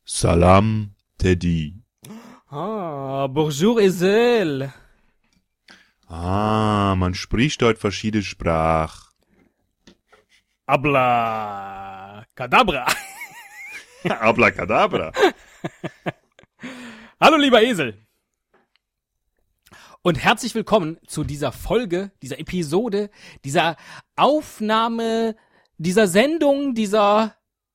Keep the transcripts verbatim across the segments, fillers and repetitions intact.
Salam, Teddy. Ah, bonjour, Esel. Ah, man spricht dort verschiedene Sprachen. Abla Kadabra. Abracadabra. Hallo, lieber Esel. Und herzlich willkommen zu dieser Folge, dieser Episode, dieser Aufnahme, dieser Sendung, dieser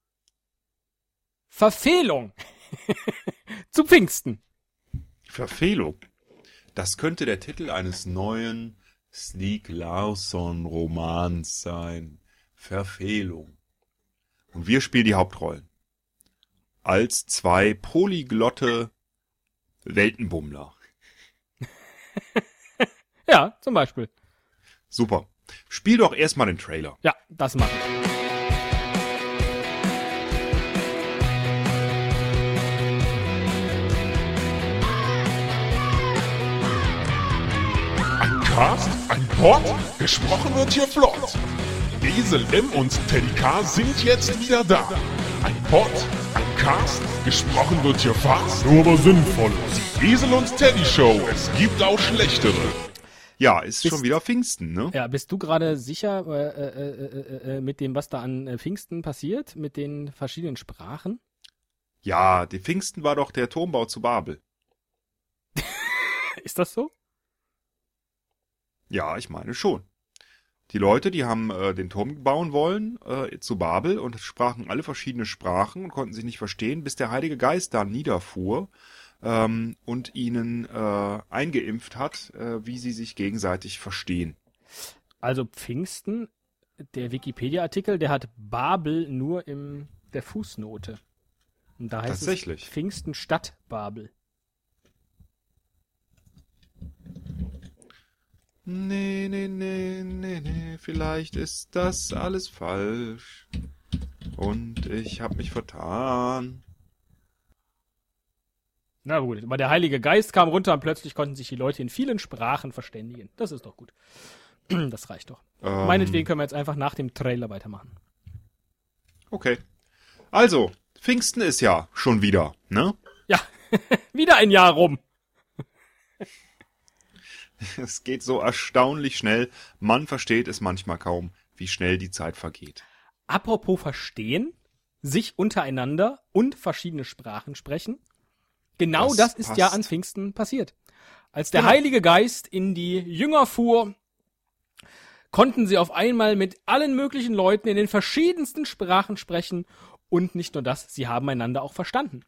Verfehlung zu Pfingsten. Verfehlung. Das könnte der Titel eines neuen Stieg Larsson-Romans sein. Verfehlung. Und wir spielen die Hauptrollen. Als zwei polyglotte Weltenbummler. Ja, zum Beispiel. Super. Spiel doch erstmal den Trailer. Ja, das mache ich. Ein Cast, ein Pod, gesprochen wird hier flott. Esel M und Teddy K sind jetzt wieder da. Ein Pod, ein Cast, gesprochen wird hier fast, nur aber sinnvoll. Die Esel und Teddy Show, es gibt auch schlechtere. Ja, ist Bist- schon wieder Pfingsten, ne? Ja, bist du gerade sicher äh, äh, äh, äh, mit dem, was da an äh, Pfingsten passiert, mit den verschiedenen Sprachen? Ja, die Pfingsten war doch der Turmbau zu Babel. Ist das so? Ja, ich meine schon. Die Leute, die haben äh, den Turm bauen wollen äh, zu Babel und sprachen alle verschiedene Sprachen und konnten sich nicht verstehen, bis der Heilige Geist da niederfuhr ähm, und ihnen äh, eingeimpft hat, äh, wie sie sich gegenseitig verstehen. Also Pfingsten, der Wikipedia-Artikel, der hat Babel nur in der Fußnote. Und da heißt Tatsächlich. es Pfingsten statt Babel. Nee, nee, nee, nee, nee, vielleicht ist das alles falsch. Und ich hab mich vertan. Na gut, aber der Heilige Geist kam runter und plötzlich konnten sich die Leute in vielen Sprachen verständigen. Das ist doch gut. Das reicht doch. Ähm, Meinetwegen können wir jetzt einfach nach dem Trailer weitermachen. Okay. Also, Pfingsten ist ja schon wieder, ne? Ja, wieder ein Jahr rum. Es geht so erstaunlich schnell. Man versteht es manchmal kaum, wie schnell die Zeit vergeht. Apropos verstehen, sich untereinander und verschiedene Sprachen sprechen. Genau das, Das ist passt. ja an Pfingsten passiert. Als der Genau. Heilige Geist in die Jünger fuhr, konnten sie auf einmal mit allen möglichen Leuten in den verschiedensten Sprachen sprechen. Und nicht nur das, sie haben einander auch verstanden.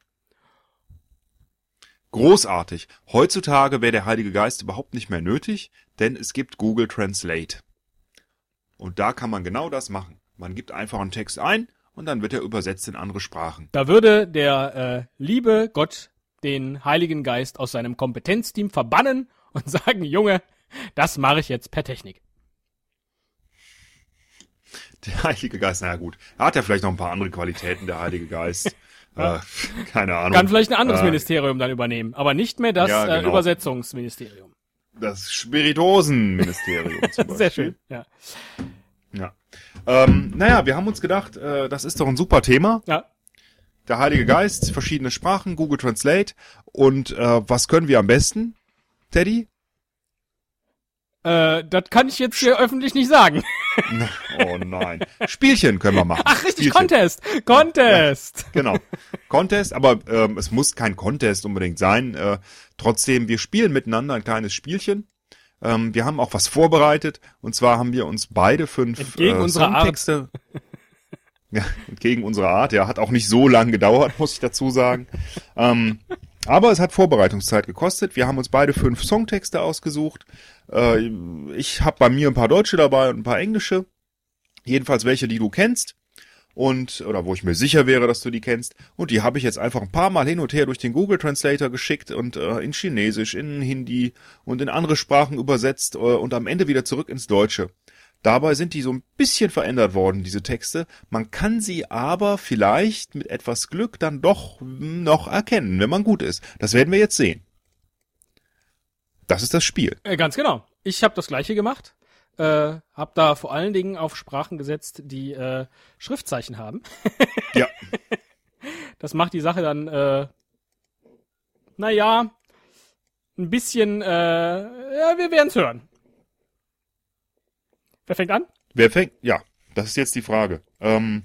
Großartig. Heutzutage wäre der Heilige Geist überhaupt nicht mehr nötig, denn es gibt Google Translate. Und da kann man genau das machen. Man gibt einfach einen Text ein und dann wird er übersetzt in andere Sprachen. Da würde der äh, liebe Gott den Heiligen Geist aus seinem Kompetenzteam verbannen und sagen, Junge, das mache ich jetzt per Technik. Der Heilige Geist, naja gut, er hat ja vielleicht noch ein paar andere Qualitäten, der Heilige Geist. äh, keine Ahnung. Kann vielleicht ein anderes äh, Ministerium dann übernehmen, aber nicht mehr das Ja, äh, genau. Übersetzungsministerium. Das Spirituosenministerium zum Beispiel. Sehr schön, ja. Ja. Ähm, naja, wir haben uns gedacht, äh, das ist doch ein super Thema. Ja, Der Heilige Geist, verschiedene Sprachen, Google Translate. Und äh, was können wir am besten, Teddy? äh, das kann ich jetzt hier öffentlich nicht sagen. Oh nein. Spielchen können wir machen. Ach, richtig, Spielchen. Contest, Contest. Genau. Contest, aber ähm, es muss kein Contest unbedingt sein. Äh, trotzdem, wir spielen miteinander ein kleines Spielchen. Ähm, wir haben auch was vorbereitet. Und zwar haben wir uns beide fünf Entgegen äh, unserer Art. Songtexte... Ja, entgegen unserer Art. Ja, hat auch nicht so lang gedauert, muss ich dazu sagen. ähm, aber es hat Vorbereitungszeit gekostet. Wir haben uns beide fünf Songtexte ausgesucht. Äh, ich habe bei mir ein paar deutsche dabei und ein paar englische. Jedenfalls welche, die du kennst. Und, oder wo ich mir sicher wäre, dass du die kennst. Und die habe ich jetzt einfach ein paar Mal hin und her durch den Google Translator geschickt und äh, in Chinesisch, in Hindi und in andere Sprachen übersetzt äh, und am Ende wieder zurück ins Deutsche. Dabei sind die so ein bisschen verändert worden, diese Texte. Man kann sie aber vielleicht mit etwas Glück dann doch noch erkennen, wenn man gut ist. Das werden wir jetzt sehen. Das ist das Spiel. Äh, ganz genau. Ich habe das Gleiche gemacht. Äh, hab da vor allen Dingen auf Sprachen gesetzt, die äh, Schriftzeichen haben. Ja. Das macht die Sache dann, äh, naja, ein bisschen, äh, ja, wir werden's hören. Wer fängt an? Wer fängt? Ja, das ist jetzt die Frage. Ähm,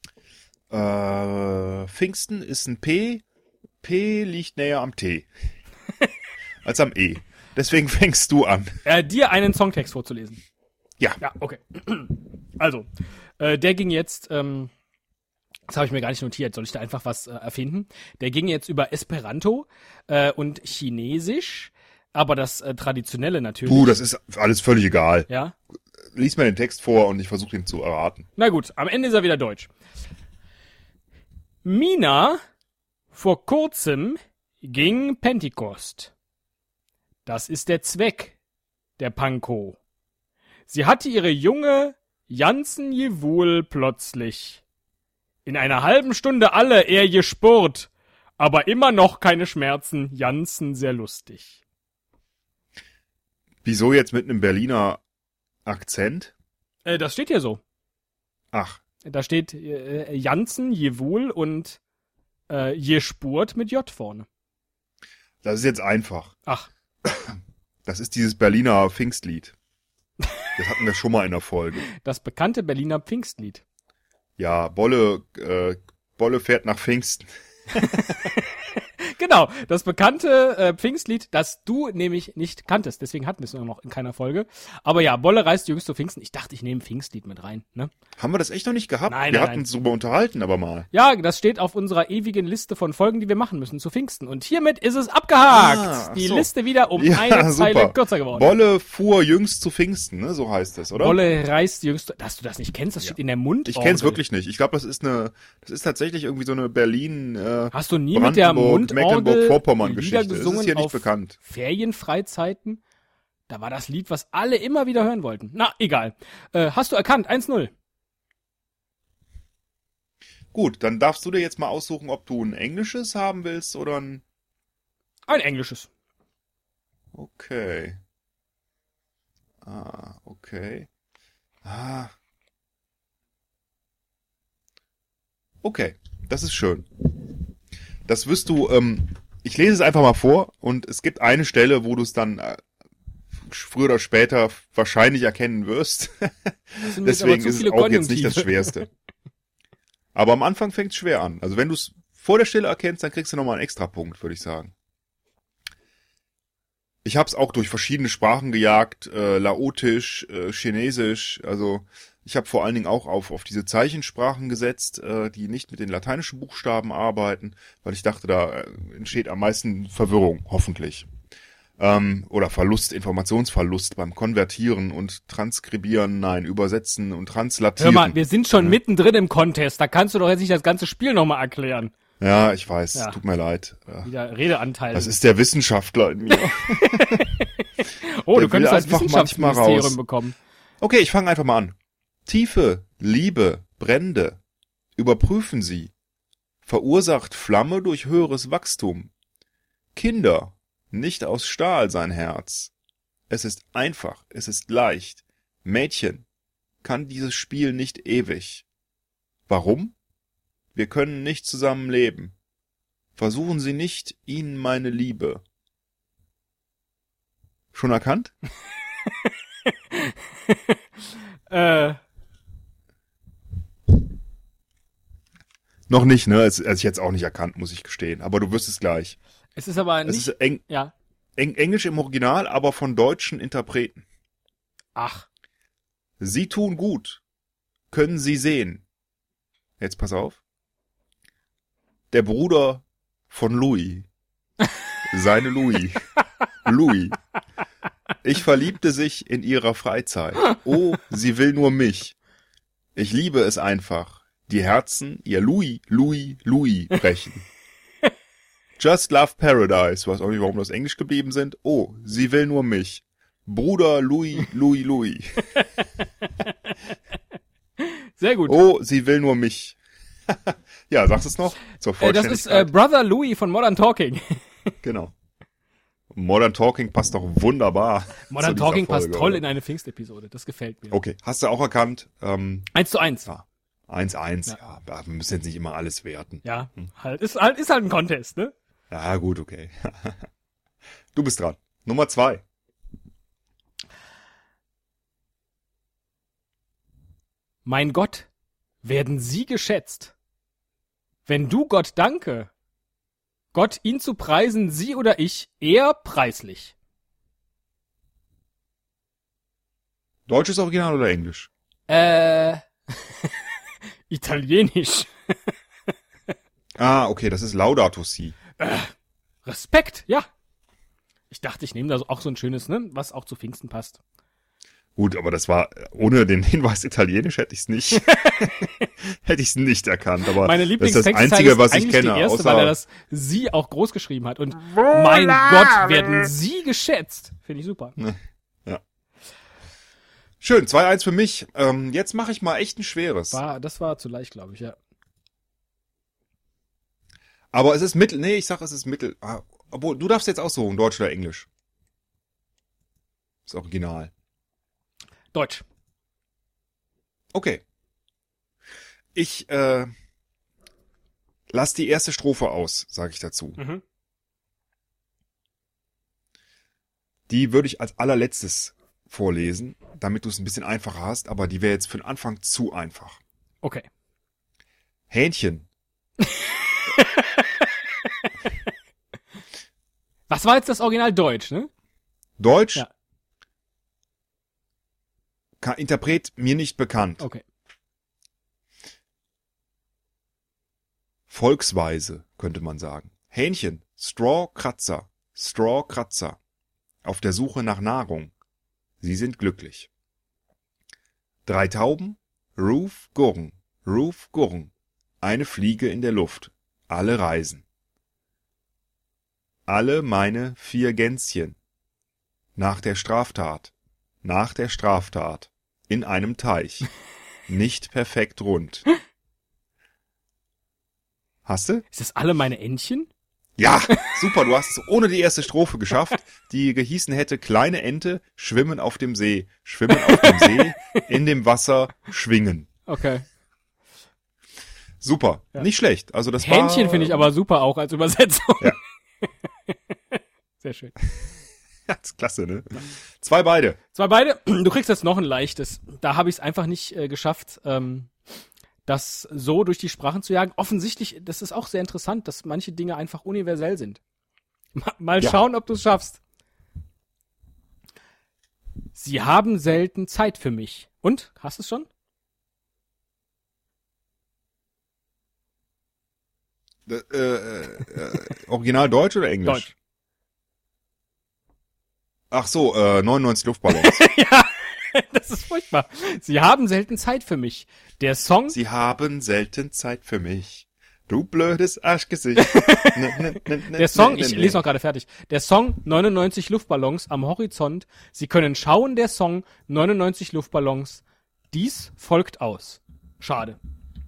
äh, Pfingsten ist ein P. P liegt näher am T. als am E. Deswegen fängst du an. Äh, dir einen Songtext vorzulesen. Ja. Ja, okay. Also, äh, der ging jetzt, ähm, das habe ich mir gar nicht notiert, soll ich da einfach was äh, erfinden? Der ging jetzt über Esperanto äh, und Chinesisch, aber das äh, Traditionelle natürlich. Du, das ist alles völlig egal. Ja. Lies mir den Text vor und ich versuche ihn zu erraten. Na gut, am Ende ist er wieder Deutsch. Mina vor kurzem ging Pentecost. Das ist der Zweck der Pankow. Sie hatte ihre Junge Jansen jewohl plötzlich. In einer halben Stunde alle er gespurt, aber immer noch keine Schmerzen, Jansen sehr lustig. Wieso jetzt mit einem Berliner Akzent? Äh, das steht hier so. Ach. Da steht äh, Jansen jewohl und äh, gespurt mit J vorne. Das ist jetzt einfach. Ach. Das ist dieses Berliner Pfingstlied. Das hatten wir schon mal in der Folge. Das bekannte Berliner Pfingstlied. Ja, Bolle, äh, Bolle fährt nach Pfingsten. Genau, das bekannte äh, Pfingstlied, das du nämlich nicht kanntest. Deswegen hatten wir es noch in keiner Folge. Aber ja, Bolle reist jüngst zu Pfingsten. Ich dachte, ich nehme Pfingstlied mit rein. Ne? Haben wir das echt noch nicht gehabt? Nein, wir nein, hatten nein. uns darüber unterhalten, aber mal. Ja, das steht auf unserer ewigen Liste von Folgen, die wir machen müssen zu Pfingsten. Und hiermit ist es abgehakt. Ah, Die so. Liste wieder um Ja, eine Zeile super. kürzer geworden. Bolle fuhr jüngst zu Pfingsten, ne? So heißt es, oder? Bolle reist jüngst. Dass du das nicht kennst, das Ja. steht in der Mund. Ich kenn's wirklich nicht. Ich glaube, das ist eine, das ist tatsächlich irgendwie so eine Berlin, äh, Hast du nie mit der Brandenburg, Mundorgel Mecklenburg-Vorpommern-Geschichte. Lieder Das ist gesungen hier nicht auf bekannt. Ferienfreizeiten? Da war das Lied, was alle immer wieder hören wollten. Na, egal. Äh, hast du erkannt? eins null. Gut, dann darfst du dir jetzt mal aussuchen, ob du ein englisches haben willst oder ein... Ein englisches. Okay. Ah, okay. Ah. Okay, das ist schön. Das wirst du, ähm, ich lese es einfach mal vor und es gibt eine Stelle, wo du es dann äh, früher oder später wahrscheinlich erkennen wirst. Das sind mir jetzt aber Deswegen zu ist es viele auch jetzt nicht das Konjunktive. Schwerste. Aber am Anfang fängt es schwer an. Also wenn du es vor der Stelle erkennst, dann kriegst du nochmal einen extra Punkt, würde ich sagen. Ich habe es auch durch verschiedene Sprachen gejagt, äh, Laotisch, äh, Chinesisch, also ich habe vor allen Dingen auch auf, auf diese Zeichensprachen gesetzt, äh, die nicht mit den lateinischen Buchstaben arbeiten, weil ich dachte, da äh, entsteht am meisten Verwirrung, hoffentlich. Ähm, oder Verlust, Informationsverlust beim Konvertieren und Transkribieren, nein, Übersetzen und Translatieren. Hör mal, wir sind schon mittendrin im Contest. Da kannst du doch jetzt nicht das ganze Spiel nochmal erklären. Ja, ich weiß, Ja. tut mir leid. Ja. Wieder Redeanteil. Das ist der Wissenschaftler in mir. oh, du der will könntest das einfach manchmal Wissenschaftsministerium raus. bekommen. Okay, ich fange einfach mal an. Tiefe, Liebe, Brände. Überprüfen Sie. Verursacht Flamme durch höheres Wachstum. Kinder, nicht aus Stahl sein Herz. Es ist einfach, es ist leicht. Mädchen, kann dieses Spiel nicht ewig. Warum? Wir können nicht zusammen leben. Versuchen Sie nicht, ihnen meine Liebe. Schon erkannt? Äh, Noch nicht, ne? Es, also ich jetzt auch nicht erkannt, muss ich gestehen. Aber du wirst es gleich. es ist aber Es nicht... ist eng, ja. eng, Englisch im Original, aber von deutschen Interpreten. Ach. Sie tun gut. Können Sie sehen. Jetzt pass auf. Der Bruder von Louis. Seine Louis. Louis. Ich verliebte sich in ihrer Freizeit. Oh, sie will nur mich. Ich liebe es einfach. Die Herzen ihr Louis, Louis, Louis brechen. Just Love Paradise. Du weißt auch nicht, warum das Englisch geblieben sind. Oh, sie will nur mich. Bruder Louis, Louis, Louis. Sehr gut. Oh, sie will nur mich. Ja, sagst du es noch? Zur äh, das ist äh, Vollständigkeit. Brother Louis von Modern Talking. Genau. Modern Talking passt doch wunderbar. Modern zu dieser Talking passt Folge, toll oder? in eine Pfingstepisode. Das gefällt mir. Okay, hast du auch erkannt. Ähm, Eins zu eins. ja. eins eins, Ja. ja. ja, wir müssen jetzt nicht immer alles werten. Ja, halt, ist halt, ist halt ein Contest, ne? Ja, gut, okay. Du bist dran. Nummer zwei. Mein Gott, werden Sie geschätzt? Wenn du Gott danke, Gott ihn zu preisen, Sie oder ich, eher preislich. Deutsches Original oder Englisch? Äh, Italienisch. Ah, okay, das ist Laudato Si. Äh, Respekt, ja. Ich dachte, ich nehme da auch so ein schönes, ne, was auch zu Pfingsten passt. Gut, aber das war, ohne den Hinweis Italienisch hätte ich es nicht, hätte ich es nicht erkannt. Aber Meine das ist das Lieblingstextzeile Einzige, ist was ich eigentlich kenne. die erste, außer, weil er das Sie auch groß geschrieben hat. Und mein Gott, werden Sie geschätzt. Finde ich super. ja. Schön, zwei eins für mich. Ähm, jetzt mache ich mal echt ein schweres. War, das war zu leicht, glaube ich, ja. Aber es ist Mittel, nee, ich sag, es ist Mittel. Ah, obwohl, du darfst jetzt aussuchen, Deutsch oder Englisch. Das Original. Deutsch. Okay. Ich äh, lass die erste Strophe aus, sage ich dazu. Mhm. Die würde ich als allerletztes vorlesen, damit du es ein bisschen einfacher hast, aber die wäre jetzt für den Anfang zu einfach. Okay. Hähnchen. Was war jetzt das Original Deutsch, ne? Deutsch. Ja. Ka- Interpret mir nicht bekannt. Okay. Volksweise, könnte man sagen. Hähnchen. Straw-Kratzer. Straw-Kratzer. Auf der Suche nach Nahrung. Sie sind glücklich. Drei Tauben. Ruf, Gurren. Ruf, Gurren. Eine Fliege in der Luft. Alle reisen. Alle meine vier Gänschen. Nach der Straftat. Nach der Straftat. In einem Teich. Nicht perfekt rund. Hast du? Ist das alle meine Entchen? Ja, super, du hast es ohne die erste Strophe geschafft, die gehießen hätte, kleine Ente schwimmen auf dem See. Schwimmen auf dem See, in dem Wasser schwingen. Okay. Super, Ja. nicht schlecht. Also das Hähnchen war, finde ich aber super auch als Übersetzung. Ja. Sehr schön. Das ist klasse, ne? Zwei beide. Zwar beide, du kriegst jetzt noch ein leichtes. Da habe ich es einfach nicht äh, geschafft, ähm, das so durch die Sprachen zu jagen. Offensichtlich, das ist auch sehr interessant, dass manche Dinge einfach universell sind. Mal, mal Ja. schauen, ob du es schaffst. Sie haben selten Zeit für mich. Und? Hast du es schon? Äh, äh, äh, Original Deutsch oder Englisch? Deutsch. Ach so, äh, neunundneunzig Luftballons. Ja, das ist furchtbar. Sie haben selten Zeit für mich. Der Song, Sie haben selten Zeit für mich. Du blödes Arschgesicht. Ne, ne, ne, ne, der Song, ne, ich ne. lese noch gerade fertig. Der Song neunundneunzig Luftballons am Horizont. Sie können schauen, der Song neunundneunzig Luftballons. Dies folgt aus. Schade.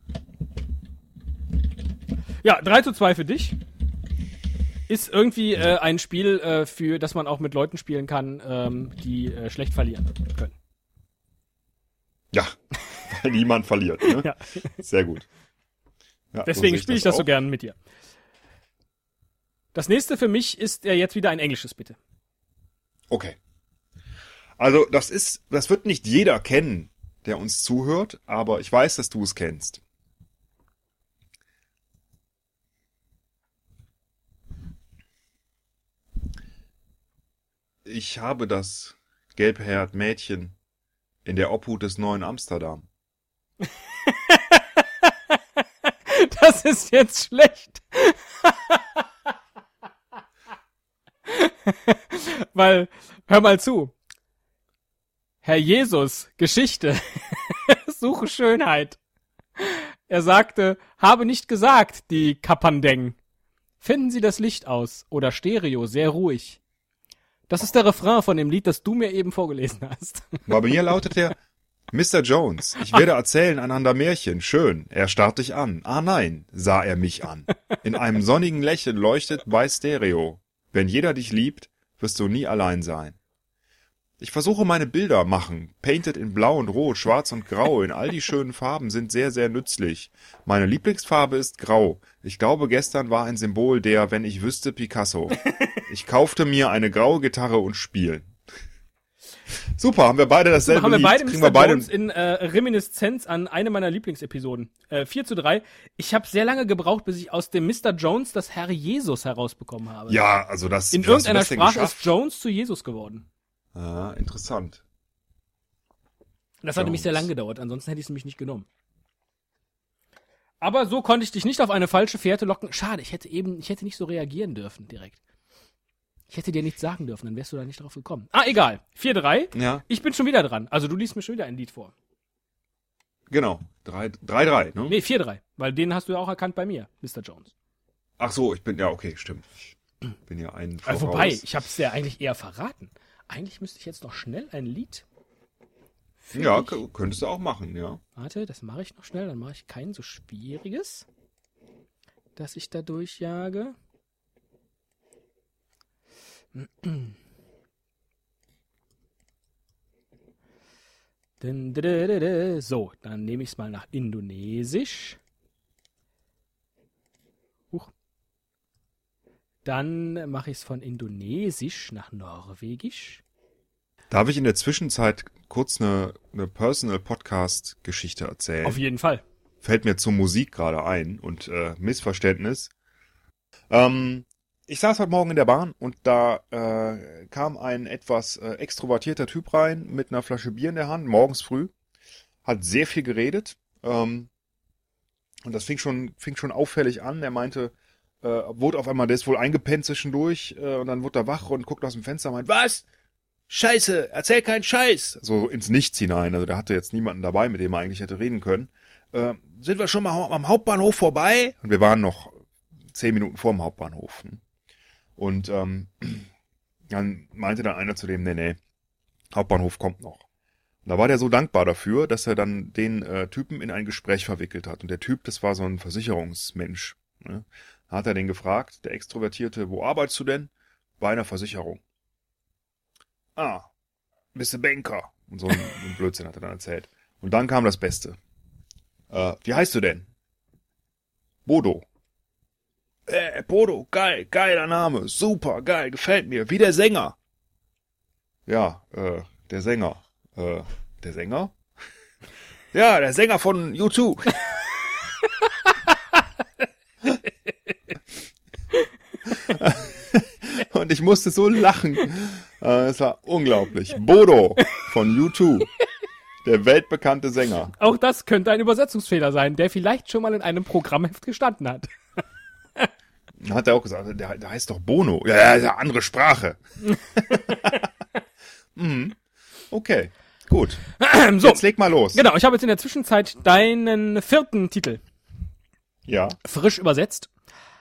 Ja, drei zu zwei für dich. Ist irgendwie äh, ein Spiel, äh, für das man auch mit Leuten spielen kann, ähm, die äh, schlecht verlieren können. Ja, weil niemand verliert. Ne? Ja. Sehr gut. Ja, so Deswegen sehe spiele ich das so auch. gern mit dir. Das nächste für mich ist äh, jetzt wieder ein englisches, bitte. Okay. Also das ist, das wird nicht jeder kennen, der uns zuhört, aber ich weiß, dass du es kennst. Ich habe das gelbhärt Mädchen in der Obhut des neuen Amsterdam. Das ist jetzt schlecht. Weil, hör mal zu. Herr Jesus, Geschichte, suche Schönheit. Er sagte, habe nicht gesagt, die Kapandeng. Finden Sie das Licht aus oder Stereo sehr ruhig. Das ist der Refrain von dem Lied, das du mir eben vorgelesen hast. Aber bei mir lautet der Mister Jones, ich werde erzählen einander Märchen. Schön, er starrt dich an. Ah nein, sah er mich an. In einem sonnigen Lächeln leuchtet bei Stereo. Wenn jeder dich liebt, wirst du nie allein sein. Ich versuche meine Bilder machen. Painted in Blau und Rot, Schwarz und Grau. In all die schönen Farben sind sehr, sehr nützlich. Meine Lieblingsfarbe ist Grau. Ich glaube, gestern war ein Symbol der, wenn ich wüsste, Picasso. Ich kaufte mir eine graue Gitarre und spielen. Super, haben wir beide dasselbe haben wir beide Lied. Mister Wir beide Jones in äh, Reminiszenz an eine meiner Lieblingsepisoden. Äh, vier zu drei. Ich habe sehr lange gebraucht, bis ich aus dem Mister Jones das Herr Jesus herausbekommen habe. Ja, also das... In wie hast du irgendeiner das denn Sprache geschafft? ist Jones zu Jesus geworden. Ah, interessant. Das hat nämlich sehr Jones. lang gedauert, ansonsten hätte ich es nämlich nicht genommen. Aber so konnte ich dich nicht auf eine falsche Fährte locken. Schade, ich hätte eben, ich hätte nicht so reagieren dürfen direkt. Ich hätte dir nichts sagen dürfen, dann wärst du da nicht drauf gekommen. Ah, egal. vier drei. Ja, Ich bin schon wieder dran. Also du liest mir schon wieder ein Lied vor. genau. drei drei, ne? Nee, vier drei. Weil den hast du ja auch erkannt bei mir, Mister Jones. Ach so, ich bin, ja, okay, stimmt. Ich bin ja ein Also, voraus. wobei, ich habe es ja eigentlich eher verraten. Eigentlich müsste ich jetzt noch schnell ein Lied. für Ja, dich- k- könntest du auch machen, ja. Warte, das mache ich noch schnell. Dann mache ich kein so schwieriges, dass ich da durchjage. Dun, dun, dun, dun, dun. So, dann nehme ich es mal nach Indonesisch. Huch. Dann mache ich es von Indonesisch nach Norwegisch. Darf ich in der Zwischenzeit kurz eine, eine Personal-Podcast-Geschichte erzählen? Auf jeden Fall. Fällt mir zur Musik gerade ein und äh, Missverständnis. Ähm, ich saß heute Morgen in der Bahn und da äh, kam ein etwas äh, extrovertierter Typ rein mit einer Flasche Bier in der Hand, morgens früh, hat sehr viel geredet ähm, und das fing schon fing schon auffällig an. Er meinte, äh, wurde auf einmal, der ist wohl eingepennt zwischendurch äh, und dann wurde er wach und guckt aus dem Fenster und meint, was? Scheiße, erzähl keinen Scheiß. So ins Nichts hinein, also der hatte jetzt niemanden dabei, mit dem er eigentlich hätte reden können. Äh, sind wir schon mal hau- am Hauptbahnhof vorbei? Und wir waren noch zehn Minuten vor dem Hauptbahnhof. Ne? Und ähm, dann meinte dann einer zu dem, nee, nee, Hauptbahnhof kommt noch. Und da war der so dankbar dafür, dass er dann den äh, Typen in ein Gespräch verwickelt hat. Und der Typ, das war so ein Versicherungsmensch. Ne? Da hat er den gefragt, der Extrovertierte, wo arbeitest du denn? Bei einer Versicherung. Ah, bist du Banker? Und so ein, so ein Blödsinn hat er dann erzählt. Und dann kam das Beste. Äh, wie heißt du denn? Bodo. Äh, Bodo, geil, geiler Name, super, geil, gefällt mir, wie der Sänger. Ja, äh, der Sänger. Äh, der Sänger? Ja, der Sänger von U zwei. Und ich musste so lachen. Äh, es war unglaublich. Bodo von U zwei. Der weltbekannte Sänger. Auch das könnte ein Übersetzungsfehler sein, der vielleicht schon mal in einem Programmheft gestanden hat. Hat er auch gesagt, der, der heißt doch Bono. Ja, ja, ja, andere Sprache. mhm. Okay, gut. So, Jetzt leg mal los. genau, ich habe jetzt in der Zwischenzeit deinen vierten Titel Ja. frisch übersetzt.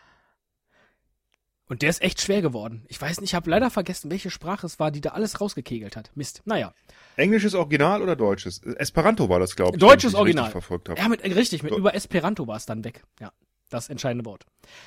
Und der ist echt schwer geworden. Ich weiß nicht, ich habe leider vergessen, welche Sprache es war, die da alles rausgekegelt hat. Mist. Naja. Englisches Original oder deutsches? Esperanto war das, glaube ich. Deutsches wenn ich Original. richtig verfolgt habe. Ja, mit, richtig, mit Do- über Esperanto war es dann weg. Ja, das entscheidende Wort.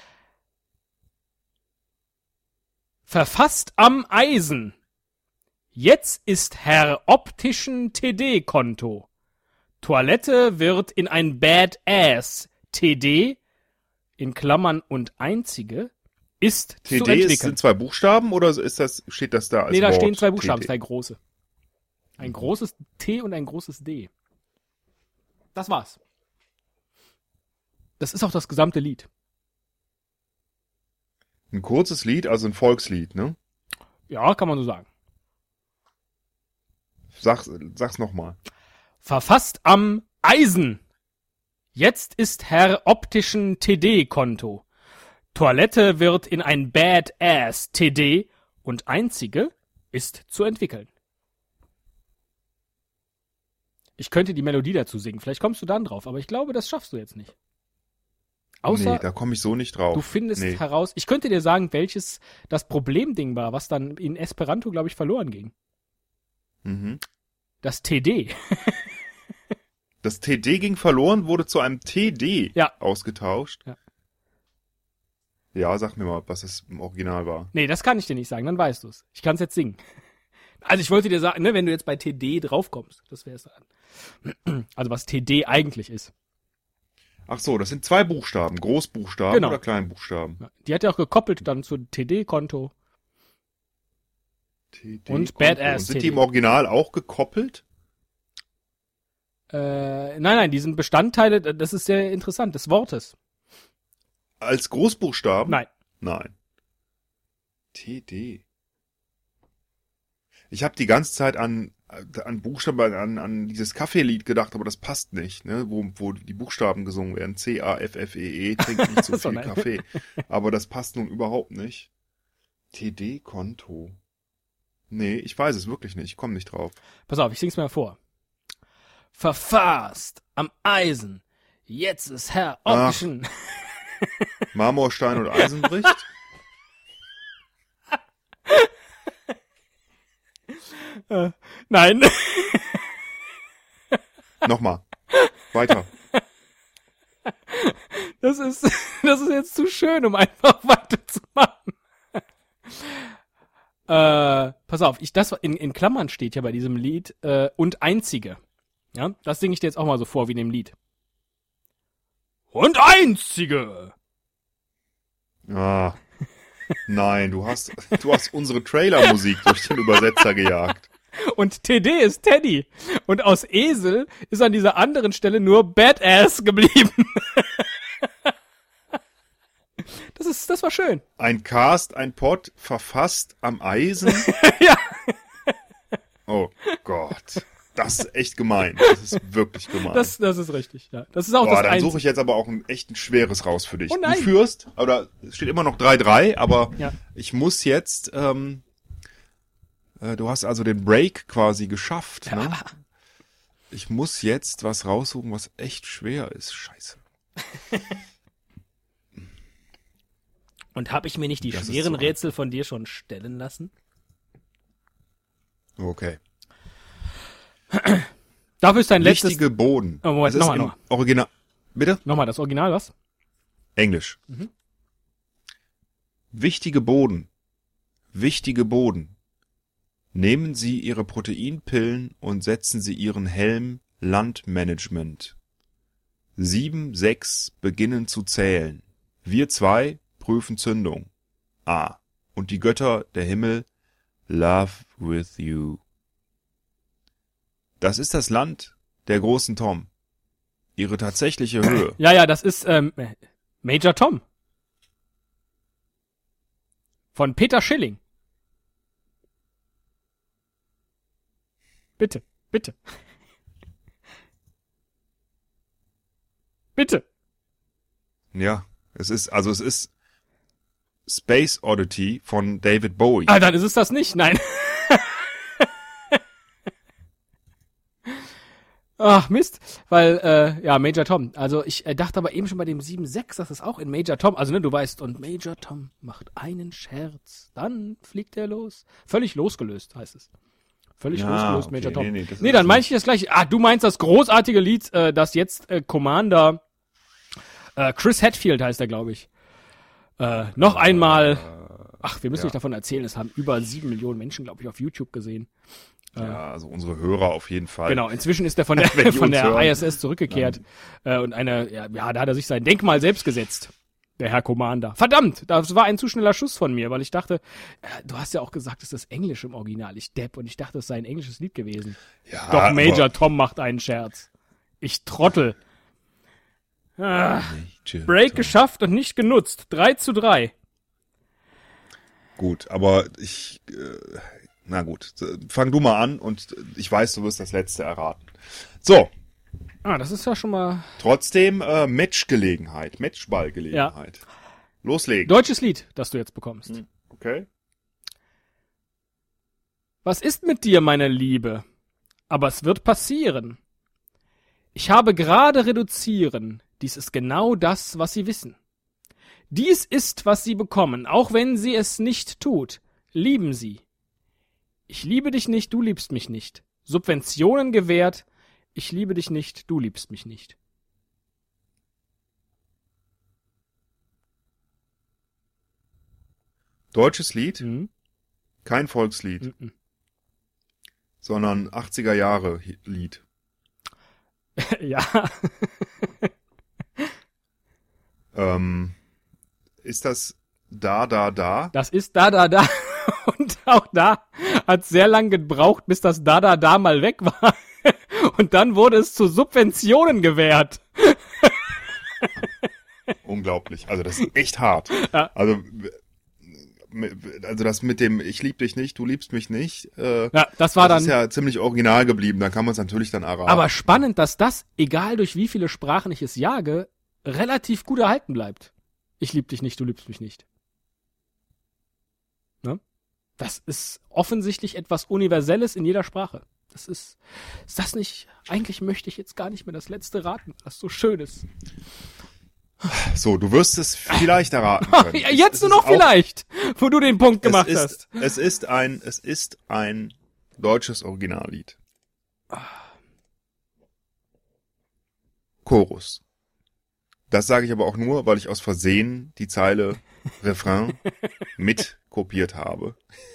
Verfasst am Eisen. Jetzt ist Herr optischen T D-Konto. Toilette wird in ein Badass T D, in Klammern und einzige, ist T zu D ist, entwickeln. sind zwei Buchstaben oder ist das, steht das da als Nee, da Wort? stehen zwei Buchstaben, T D? zwei große. Ein großes T und ein großes D. Das war's. Das ist auch das gesamte Lied. Ein kurzes Lied, also ein Volkslied, ne? Ja, kann man so sagen. Sag, sag's nochmal. Verfasst am Eisen. Jetzt ist Herr optischen T D-Konto. Toilette wird in ein Badass T D und einzige ist zu entwickeln. Ich könnte die Melodie dazu singen, vielleicht kommst du dann drauf, aber ich glaube, das schaffst du jetzt nicht. Außer nee, da komme ich so nicht drauf. du findest nee. heraus, ich könnte dir sagen, welches das Problemding war, was dann in Esperanto, glaube ich, verloren ging. Mhm. Das T D. Das T D ging verloren, wurde zu einem T D Ja. ausgetauscht. Ja. Ja, sag mir mal, was es im Original war. Nee, das kann ich dir nicht sagen, dann weißt du es. Ich kann es jetzt singen. Also ich wollte dir sagen, ne, wenn du jetzt bei T D draufkommst, das wäre es dann. Also was T D eigentlich ist. Ach so, das sind zwei Buchstaben. Großbuchstaben Genau. oder Kleinbuchstaben? Ja, die hat ja auch gekoppelt dann zu T D-Konto. T D Und Konto. Badass Und sind T D. die im Original auch gekoppelt? Äh, nein, nein, die sind Bestandteile, das ist sehr interessant, des Wortes. Als Großbuchstaben? Nein. Nein. T D. Ich habe die ganze Zeit an an Buchstaben, an, an dieses Kaffeelied gedacht, aber das passt nicht, ne? Wo, wo die Buchstaben gesungen werden. C A F F E E, trink nicht zu So, viel nein. Kaffee. Aber das passt nun überhaupt nicht. T D-Konto. Nee, ich weiß es wirklich nicht. Ich komme nicht drauf. Pass auf, ich sing's mal vor. Verfasst am Eisen, jetzt ist Herr Ach. Option. Marmorstein und Eisenbricht? äh, nein. Nochmal. Weiter. Das ist, das ist jetzt zu schön, um einfach weiterzumachen. äh, pass auf, ich, das in, in Klammern steht ja bei diesem Lied, äh, und einzige. Ja, das singe ich dir jetzt auch mal so vor wie in dem Lied. Und einzige! Ah. Nein, du hast, du hast unsere Trailermusik durch den Übersetzer gejagt. Und T D ist Teddy. Und aus Esel ist an dieser anderen Stelle nur Badass geblieben. Das ist, das war schön. Ein Cast, ein Pod, verfasst am Eisen. Ja. Oh Gott. Das ist echt gemein. Das ist wirklich gemein. Das, das ist richtig, ja. Das ist auch Boah, das dann Einzige. suche ich jetzt aber auch ein echt ein schweres raus für dich. Oh nein. Du führst, oder es steht immer noch drei drei, aber Ja. ich muss jetzt, ähm, äh, du hast also den Break quasi geschafft, Ja. ne? Ich muss jetzt was raussuchen, was echt schwer ist. Scheiße. Und habe ich mir nicht die Das ist schweren so ein- Rätsel von dir schon stellen lassen? Okay. Dafür ist dein letztes... Wichtige Boden. Oh, Moment, Es ist nochmal, im nochmal. Original. Bitte? Nochmal, das Original, was? Englisch. Mhm. Wichtige Boden. Wichtige Boden. Nehmen Sie Ihre Proteinpillen und setzen Sie Ihren Helm Landmanagement. Sieben, sechs beginnen zu zählen. Wir zwei prüfen Zündung. A. Und die Götter, der Himmel, love with you. Das ist das Land der großen Tom. Ihre tatsächliche Höhe. Ja, ja, das ist ähm, Major Tom. Von Peter Schilling. Bitte, bitte. Bitte. Ja, es ist, also es ist Space Oddity von David Bowie. Ah, dann ist es das nicht, nein. Ach, Mist, weil, äh, ja, Major Tom. Also ich äh, dachte aber eben schon bei dem sieben sechs, dass es auch in Major Tom, also ne, du weißt, und Major Tom macht einen Scherz, dann fliegt er los. Völlig losgelöst, heißt es. Völlig Ja, losgelöst, okay, Major Tom. nee, Nee, nee, das nee ist dann nicht- meine ich das gleiche. Ah, du meinst das großartige Lied, äh, das jetzt äh, Commander äh, Chris Hadfield heißt er, glaube ich. Äh, noch einmal, ach, wir müssen ja. nicht davon erzählen, es haben über sieben Millionen Menschen, glaube ich, auf YouTube gesehen. Ja, also unsere Hörer auf jeden Fall. Genau, inzwischen ist er von der, Wenn die von uns der hören. I S S zurückgekehrt. Äh, und eine, ja, ja, da hat er sich sein Denkmal selbst gesetzt. Der Herr Commander. Verdammt, das war ein zu schneller Schuss von mir, weil ich dachte, äh, du hast ja auch gesagt, es ist Englisch im Original. Ich Depp, und ich dachte, es sei ein englisches Lied gewesen. Ja, Doch Major aber- Tom macht einen Scherz. Ich Trottel. Ah, Major Break Tom. geschafft und nicht genutzt. drei zu drei. Gut, aber ich, äh, na gut, fang du mal an und ich weiß, du wirst das letzte erraten. So, Ah, das ist ja schon mal trotzdem äh, Matchgelegenheit, Matchballgelegenheit. Loslegen. deutsches Lied, das du jetzt bekommst. Okay. Was ist mit dir, meine Liebe? Aber es wird passieren. Ich habe gerade reduzieren. Dies ist genau das, was Sie wissen. Dies ist, was Sie bekommen, auch wenn sie es nicht tut. Lieben Sie. Ich liebe dich nicht, du liebst mich nicht. Subventionen gewährt. Ich liebe dich nicht, du liebst mich nicht. Deutsches Lied, Mhm. kein Volkslied. Mhm. sondern achtziger Jahre Lied. Ja. ähm, ist das Da, Da, Da? Das ist Da, Da, Da. Und auch da hat sehr lang gebraucht, bis das Da, Da, Da mal weg war. Und dann wurde es zu Subventionen gewährt. Unglaublich. Also das ist echt hart. Ja. Also, also das mit dem Ich lieb dich nicht, du liebst mich nicht. Äh, Ja, das war das dann. ist ja ziemlich original geblieben. Da kann man es natürlich dann erraten. Aber spannend, dass das, egal durch wie viele Sprachen ich es jage, relativ gut erhalten bleibt. Ich lieb dich nicht, du liebst mich nicht. Ne? Das ist offensichtlich etwas Universelles in jeder Sprache. Das ist, ist das nicht, eigentlich möchte ich jetzt gar nicht mehr das letzte raten, das so schön ist. So, du wirst es vielleicht erraten können. Ja, jetzt Es nur ist noch auch- vielleicht, wo du den Punkt gemacht es hast. ist, Es ist ein, es ist ein deutsches Originallied. Chorus. Das sage ich aber auch nur, weil ich aus Versehen die Zeile Refrain mit kopiert habe.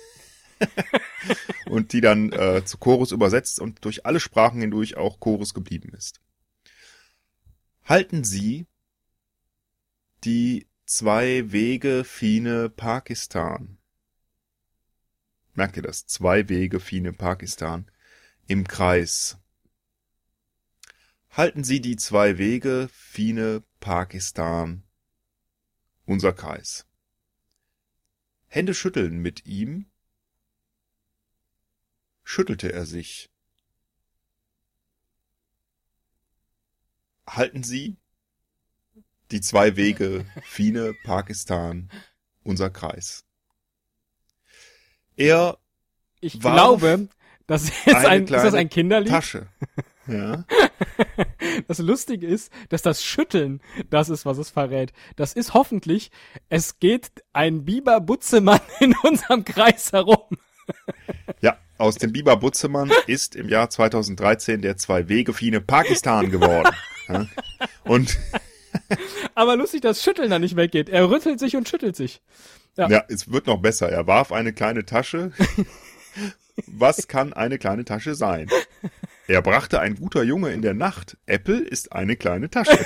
Und die dann äh, zu Chorus übersetzt und durch alle Sprachen hindurch auch Chorus geblieben ist. Halten Sie die zwei Wege Fine Pakistan. Merkt ihr das? Zwei Wege Fine Pakistan im Kreis. Halten Sie die zwei Wege Fine Pakistan, unser Kreis. Hände schütteln mit ihm, schüttelte er sich. Halten Sie die zwei Wege Fine Pakistan, unser Kreis. Er Ich warf glaube, das ist, eine ein, ist das kleine ein Kinderlied? Tasche. Ja. Das Lustige ist, dass das Schütteln das ist, was es verrät. Das ist hoffentlich, es geht ein Biber Butzemann in unserem Kreis herum. Ja, aus dem Biber Butzemann ist im Jahr zweitausenddreizehn der zwei Wege Fine Pakistan geworden. Ja. Und Aber lustig, dass Schütteln da nicht weggeht. Er rüttelt sich und schüttelt sich. Ja. ja, es wird noch besser. Er warf eine kleine Tasche. Was kann eine kleine Tasche sein? Er brachte ein guter Junge in der Nacht. Apple ist eine kleine Tasche.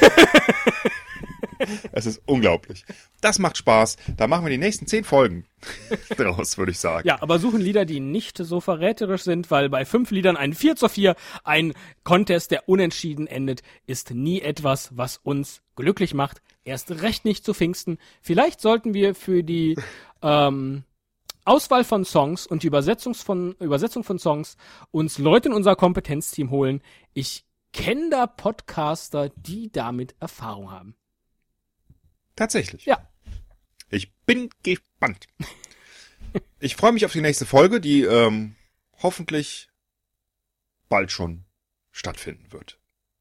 Es ist unglaublich. Das macht Spaß. Da machen wir die nächsten zehn Folgen draus, würde ich sagen. Ja, aber suchen Lieder, die nicht so verräterisch sind, weil bei fünf Liedern ein vier zu vier, ein Contest, der unentschieden endet, ist nie etwas, was uns glücklich macht. Erst recht nicht zu Pfingsten. Vielleicht sollten wir für die ähm, Auswahl von Songs und die Übersetzung von, Übersetzung von Songs uns Leute in unser Kompetenzteam holen. Ich kenne da Podcaster, die damit Erfahrung haben. Tatsächlich. Ja. Ich bin gespannt. Ich freue mich auf die nächste Folge, die ähm, hoffentlich bald schon stattfinden wird.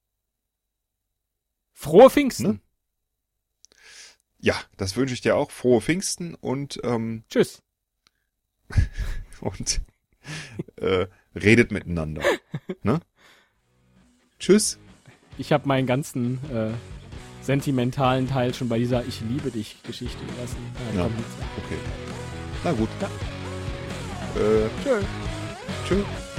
Frohe Pfingsten. Ne? Ja, das wünsche ich dir auch. Frohe Pfingsten und ähm, Tschüss. und äh, redet miteinander. Ne? Tschüss. Ich habe meinen ganzen äh, sentimentalen Teil schon bei dieser Ich liebe dich Geschichte gelassen. Äh, Ja. kommt nichts mehr. Okay. Na gut. Ja. Äh, Tschö. tschüss.